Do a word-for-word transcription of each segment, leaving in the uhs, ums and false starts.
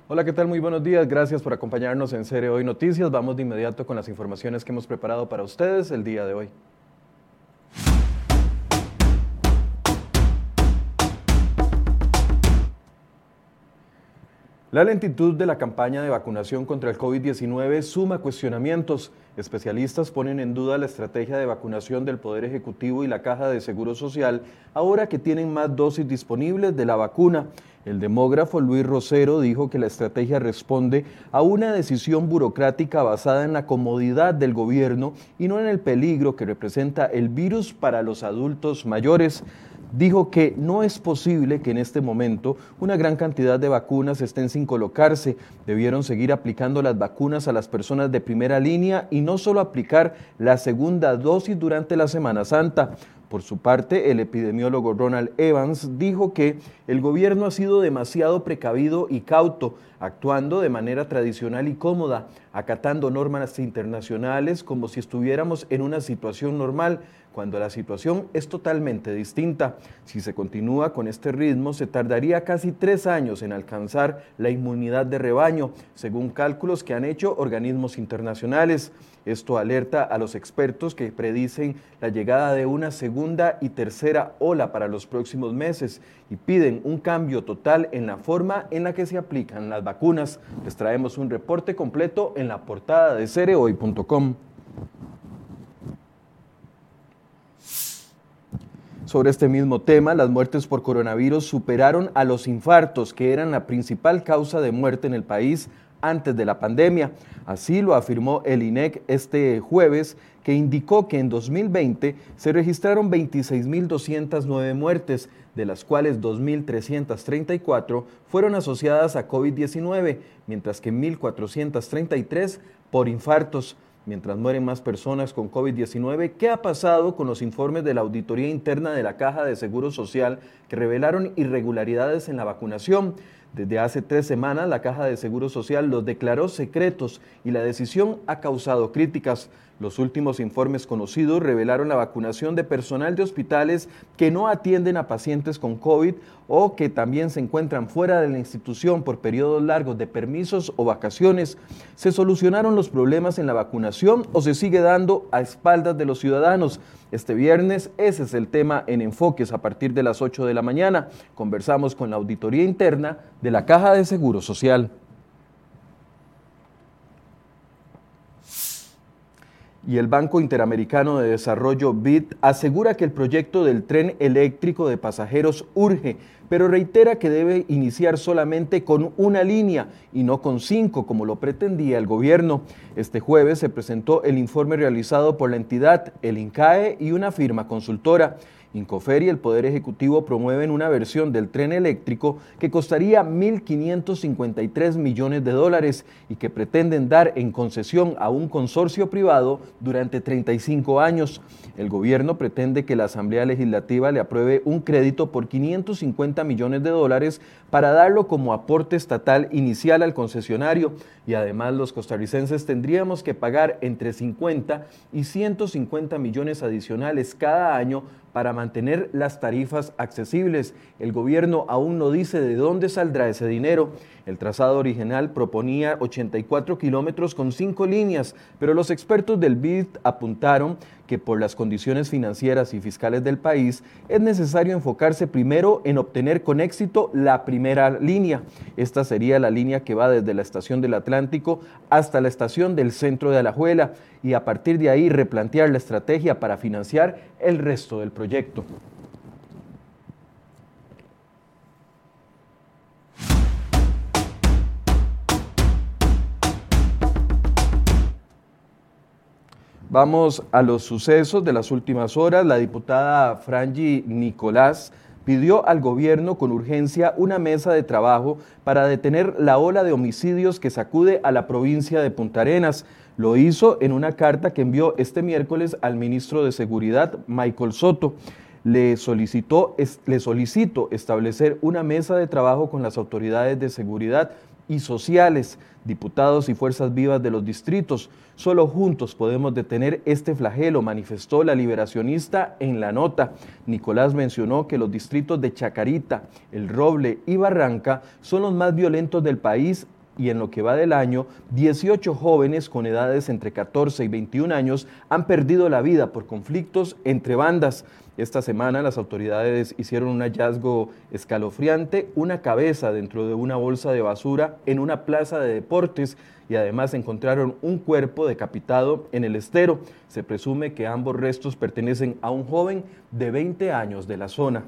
Hola, ¿qué tal? Muy buenos días. Gracias por acompañarnos en Serie Hoy Noticias. Vamos de inmediato con las informaciones que hemos preparado para ustedes el día de hoy. La lentitud de la campaña de vacunación contra el COVID diecinueve suma cuestionamientos. Especialistas ponen en duda la estrategia de vacunación del Poder Ejecutivo y la Caja de Seguro Social ahora que tienen más dosis disponibles de la vacuna. El demógrafo Luis Rosero dijo que la estrategia responde a una decisión burocrática basada en la comodidad del gobierno y no en el peligro que representa el virus para los adultos mayores. Dijo que no es posible que en este momento una gran cantidad de vacunas estén sin colocarse. Debieron seguir aplicando las vacunas a las personas de primera línea y no solo aplicar la segunda dosis durante la Semana Santa. Por su parte, el epidemiólogo Ronald Evans dijo que el gobierno ha sido demasiado precavido y cauto, actuando de manera tradicional y cómoda, acatando normas internacionales como si estuviéramos en una situación normal, cuando la situación es totalmente distinta. Si se continúa con este ritmo, se tardaría casi tres años en alcanzar la inmunidad de rebaño, según cálculos que han hecho organismos internacionales. Esto alerta a los expertos que predicen la llegada de una segunda y tercera ola para los próximos meses y piden un cambio total en la forma en la que se aplican las vacunas. Les traemos un reporte completo en la portada de serie hoy punto com. Sobre este mismo tema, las muertes por coronavirus superaron a los infartos, que eran la principal causa de muerte en el país antes de la pandemia. Así lo afirmó el I N E C este jueves, que indicó que en dos mil veinte se registraron veintiséis mil doscientas nueve muertes, de las cuales dos mil trescientas treinta y cuatro fueron asociadas a COVID diecinueve, mientras que mil cuatrocientas treinta y tres por infartos. Mientras mueren más personas con COVID diecinueve, ¿qué ha pasado con los informes de la auditoría interna de la Caja de Seguro Social que revelaron irregularidades en la vacunación? Desde hace tres semanas, la Caja de Seguro Social los declaró secretos y la decisión ha causado críticas. Los últimos informes conocidos revelaron la vacunación de personal de hospitales que no atienden a pacientes con COVID o que también se encuentran fuera de la institución por periodos largos de permisos o vacaciones. ¿Se solucionaron los problemas en la vacunación o se sigue dando a espaldas de los ciudadanos? Este viernes ese es el tema en Enfoques a partir de las ocho de la mañana. Conversamos con la auditoría interna de la Caja de Seguro Social. Y el Banco Interamericano de Desarrollo B I D asegura que el proyecto del tren eléctrico de pasajeros urge, pero reitera que debe iniciar solamente con una línea y no con cinco, como lo pretendía el gobierno. Este jueves se presentó el informe realizado por la entidad, el INCAE y una firma consultora. Incofer y el Poder Ejecutivo promueven una versión del tren eléctrico que costaría mil quinientos cincuenta y tres millones de dólares y que pretenden dar en concesión a un consorcio privado durante treinta y cinco años. El gobierno pretende que la Asamblea Legislativa le apruebe un crédito por quinientos cincuenta millones de dólares para darlo como aporte estatal inicial al concesionario y además los costarricenses tendríamos que pagar entre cincuenta y ciento cincuenta millones adicionales cada año para mantener las tarifas accesibles. El gobierno aún no dice de dónde saldrá ese dinero. El trazado original proponía ochenta y cuatro kilómetros con cinco líneas, pero los expertos del B I D apuntaron que por las condiciones financieras y fiscales del país es necesario enfocarse primero en obtener con éxito la primera línea. Esta sería la línea que va desde la estación del Atlántico hasta la estación del centro de Alajuela y a partir de ahí replantear la estrategia para financiar el resto del proyecto. Vamos a los sucesos de las últimas horas. La diputada Frangi Nicolás pidió al gobierno con urgencia una mesa de trabajo para detener la ola de homicidios que sacude a la provincia de Punta Arenas. Lo hizo en una carta que envió este miércoles al ministro de Seguridad, Michael Soto. Le solicitó, le solicito establecer una mesa de trabajo con las autoridades de seguridad y sociales, diputados y fuerzas vivas de los distritos. Solo juntos podemos detener este flagelo, manifestó la liberacionista en la nota. Nicolás mencionó que los distritos de Chacarita, El Roble y Barranca son los más violentos del país y en lo que va del año, dieciocho jóvenes con edades entre catorce y veintiún años han perdido la vida por conflictos entre bandas. Esta semana las autoridades hicieron un hallazgo escalofriante, una cabeza dentro de una bolsa de basura en una plaza de deportes y además encontraron un cuerpo decapitado en el estero. Se presume que ambos restos pertenecen a un joven de veinte años de la zona.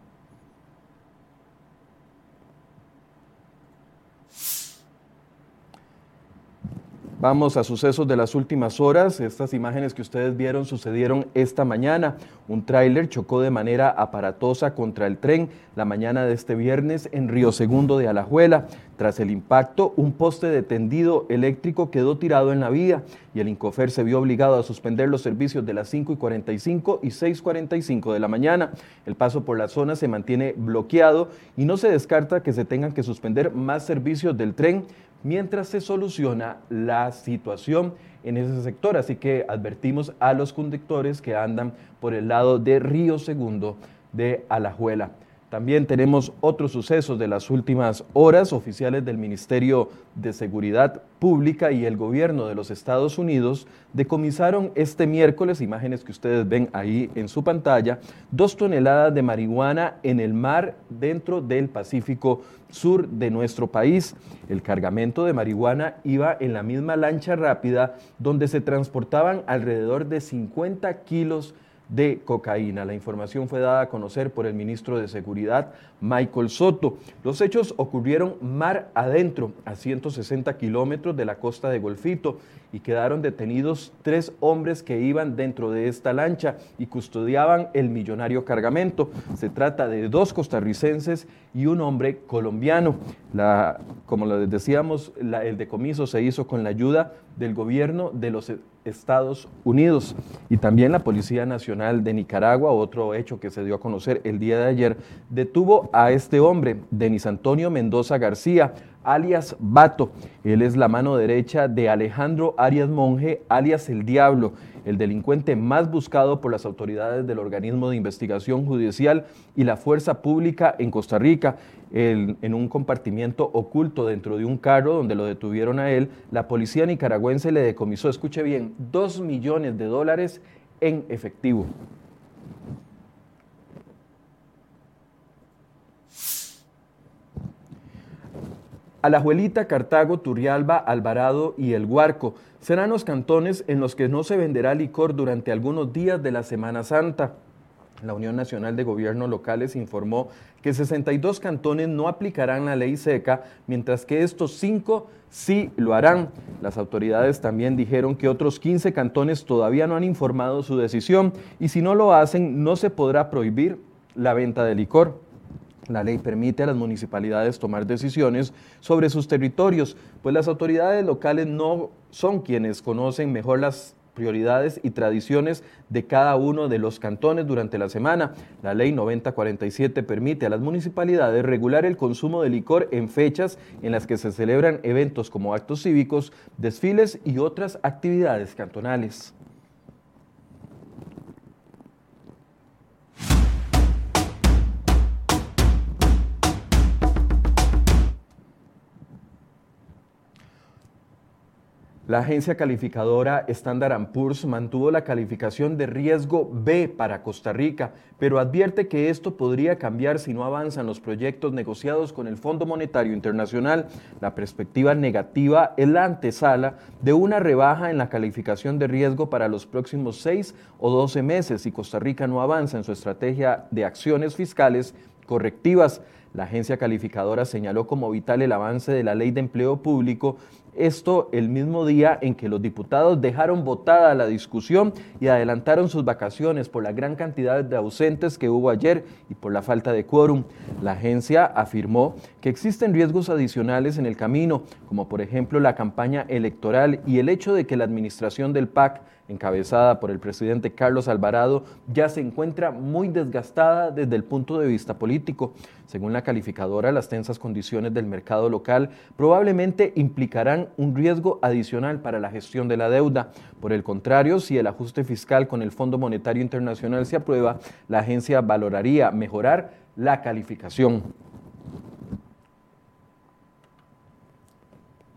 Vamos a sucesos de las últimas horas. Estas imágenes que ustedes vieron sucedieron esta mañana. Un tráiler chocó de manera aparatosa contra el tren la mañana de este viernes en Río Segundo de Alajuela. Tras el impacto, un poste de tendido eléctrico quedó tirado en la vía y el Incofer se vio obligado a suspender los servicios de las cinco y cuarenta y cinco y seis y cuarenta y cinco de la mañana. El paso por la zona se mantiene bloqueado y no se descarta que se tengan que suspender más servicios del tren mientras se soluciona la situación en ese sector. Así que advertimos a los conductores que andan por el lado de Río Segundo de Alajuela. También tenemos otros sucesos de las últimas horas. Oficiales del Ministerio de Seguridad Pública y el gobierno de los Estados Unidos decomisaron este miércoles, imágenes que ustedes ven ahí en su pantalla, dos toneladas de marihuana en el mar dentro del Pacífico Sur de nuestro país. El cargamento de marihuana iba en la misma lancha rápida donde se transportaban alrededor de cincuenta kilos de cocaína. La información fue dada a conocer por el ministro de Seguridad, Michael Soto. Los hechos ocurrieron mar adentro, a ciento sesenta kilómetros de la costa de Golfito, y quedaron detenidos tres hombres que iban dentro de esta lancha y custodiaban el millonario cargamento. Se trata de dos costarricenses y un hombre colombiano. La, como les decíamos, la, el decomiso se hizo con la ayuda del gobierno de los Estados Unidos y también la Policía Nacional de Nicaragua. Otro hecho que se dio a conocer el día de ayer, detuvo a este hombre, Denis Antonio Mendoza García, alias Bato. Él es la mano derecha de Alejandro Arias Monge, alias El Diablo, el delincuente más buscado por las autoridades del organismo de investigación judicial y la fuerza pública en Costa Rica. El, en un compartimiento oculto dentro de un carro donde lo detuvieron a él, la policía nicaragüense le decomisó, escuche bien, dos millones de dólares en efectivo. Alajuelita, Cartago, Turrialba, Alvarado y El Guarco serán los cantones en los que no se venderá licor durante algunos días de la Semana Santa. La Unión Nacional de Gobiernos Locales informó que sesenta y dos cantones no aplicarán la ley seca, mientras que estos cinco sí lo harán. Las autoridades también dijeron que otros quince cantones todavía no han informado su decisión y si no lo hacen no se podrá prohibir la venta de licor. La ley permite a las municipalidades tomar decisiones sobre sus territorios, pues las autoridades locales no son quienes conocen mejor las prioridades y tradiciones de cada uno de los cantones durante la semana. La ley noventa cuarenta y siete permite a las municipalidades regular el consumo de licor en fechas en las que se celebran eventos como actos cívicos, desfiles y otras actividades cantonales. La agencia calificadora Standard and Poor's mantuvo la calificación de riesgo B para Costa Rica, pero advierte que esto podría cambiar si no avanzan los proyectos negociados con el Fondo Monetario Internacional. La perspectiva negativa es la antesala de una rebaja en la calificación de riesgo para los próximos seis o doce meses si Costa Rica no avanza en su estrategia de acciones fiscales correctivas. La agencia calificadora señaló como vital el avance de la Ley de Empleo Público, esto el mismo día en que los diputados dejaron votada la discusión y adelantaron sus vacaciones por la gran cantidad de ausentes que hubo ayer y por la falta de quórum. La agencia afirmó que existen riesgos adicionales en el camino, como por ejemplo la campaña electoral y el hecho de que la administración del P A C, encabezada por el presidente Carlos Alvarado, ya se encuentra muy desgastada desde el punto de vista político. Según la calificadora, las tensas condiciones del mercado local probablemente implicarán un riesgo adicional para la gestión de la deuda. Por el contrario, si el ajuste fiscal con el Fondo Monetario Internacional se aprueba, la agencia valoraría mejorar la calificación.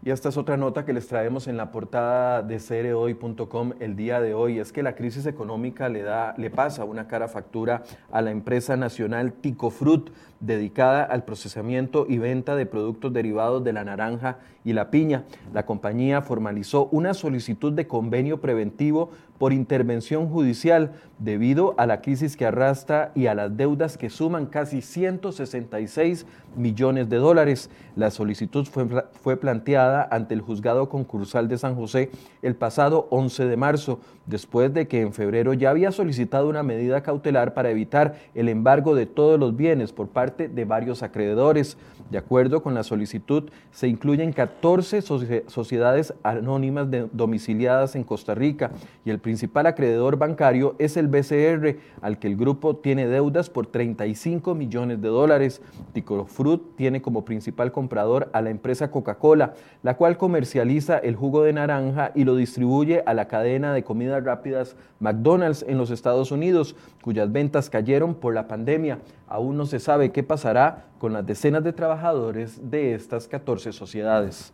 Y esta es otra nota que les traemos en la portada de C R Hoy punto com el día de hoy. Es que la crisis económica le, da, le pasa una cara factura a la empresa nacional Ticofrut, dedicada al procesamiento y venta de productos derivados de la naranja y la piña. La compañía formalizó una solicitud de convenio preventivo por intervención judicial debido a la crisis que arrastra y a las deudas que suman casi ciento sesenta y seis millones de dólares. La solicitud fue, fue planteada ante el Juzgado Concursal de San José el pasado once de marzo, después de que en febrero ya había solicitado una medida cautelar para evitar el embargo de todos los bienes por parte de varios acreedores. De acuerdo con la solicitud, se incluyen catorce sociedades anónimas de, domiciliadas en Costa Rica y el principal acreedor bancario es el B C R, al que el grupo tiene deudas por treinta y cinco millones de dólares. Ticofrut tiene como principal comprador a la empresa Coca-Cola, la cual comercializa el jugo de naranja y lo distribuye a la cadena de comidas rápidas McDonald's en los Estados Unidos, cuyas ventas cayeron por la pandemia. Aún no se sabe qué pasará con las decenas de trabajadores de estas catorce sociedades.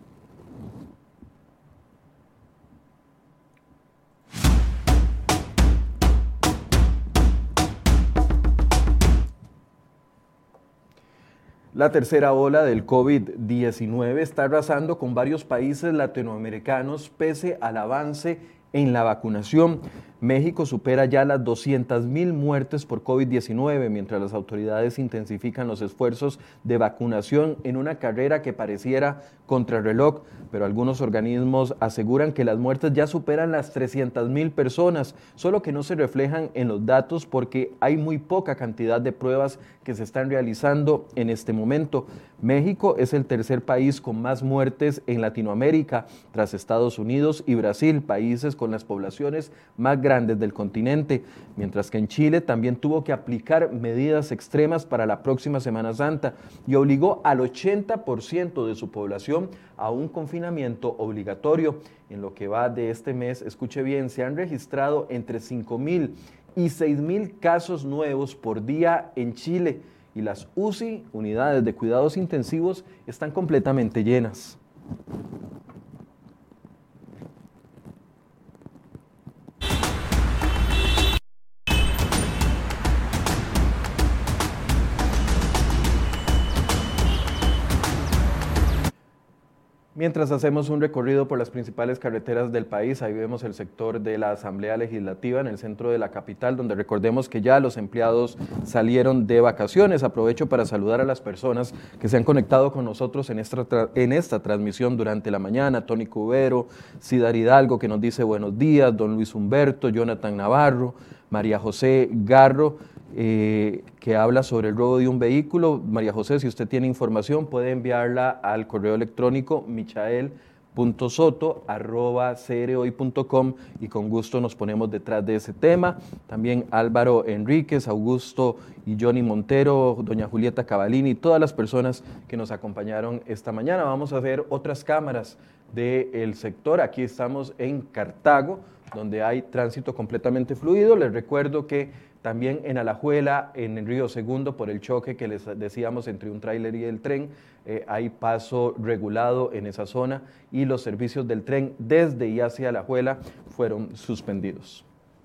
La tercera ola del COVID diecinueve está arrasando con varios países latinoamericanos pese al avance en la vacunación. México supera ya las doscientas mil muertes por COVID diecinueve, mientras las autoridades intensifican los esfuerzos de vacunación en una carrera que pareciera contrarreloj, pero algunos organismos aseguran que las muertes ya superan las trescientas mil personas, solo que no se reflejan en los datos porque hay muy poca cantidad de pruebas que se están realizando en este momento. México es el tercer país con más muertes en Latinoamérica, tras Estados Unidos y Brasil, países con las poblaciones más grandes del continente, mientras que en Chile también tuvo que aplicar medidas extremas para la próxima Semana Santa y obligó al ochenta por ciento de su población a un confinamiento obligatorio. En lo que va de este mes, escuche bien, se han registrado entre cinco mil y seis mil casos nuevos por día en Chile y las U C I, unidades de cuidados intensivos, están completamente llenas. Mientras hacemos un recorrido por las principales carreteras del país, ahí vemos el sector de la Asamblea Legislativa en el centro de la capital, donde recordemos que ya los empleados salieron de vacaciones. Aprovecho para saludar a las personas que se han conectado con nosotros en esta, en esta transmisión durante la mañana. Tony Cubero, Cidar Hidalgo, que nos dice buenos días, don Luis Humberto, Jonathan Navarro, María José Garro, Eh, que habla sobre el robo de un vehículo. María José, si usted tiene información, puede enviarla al correo electrónico michael punto soto arroba c r hoy punto com y con gusto nos ponemos detrás de ese tema. También Álvaro Enríquez, Augusto y Johnny Montero, doña Julieta Cavalini, todas las personas que nos acompañaron esta mañana. Vamos a ver otras cámaras del sector. Aquí estamos en Cartago, donde hay tránsito completamente fluido. Les recuerdo que también en Alajuela, en el Río Segundo, por el choque que les decíamos entre un tráiler y el tren, eh, hay paso regulado en esa zona y los servicios del tren desde y hacia Alajuela fueron suspendidos.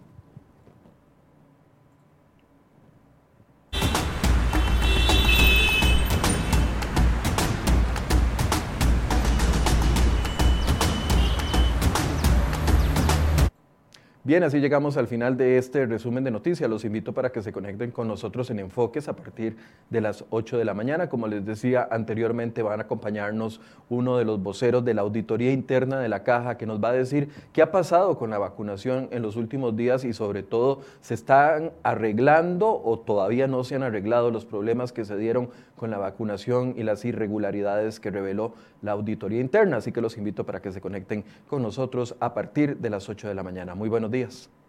Bien, así llegamos al final de este resumen de noticias. Los invito para que se conecten con nosotros en Enfoques a partir de las ocho de la mañana. Como les decía anteriormente, van a acompañarnos uno de los voceros de la Auditoría Interna de la Caja, que nos va a decir qué ha pasado con la vacunación en los últimos días y sobre todo, ¿se están arreglando o todavía no se han arreglado los problemas que se dieron con la vacunación y las irregularidades que reveló la Auditoría Interna? Así que los invito para que se conecten con nosotros a partir de las ocho de la mañana. Muy buenos días.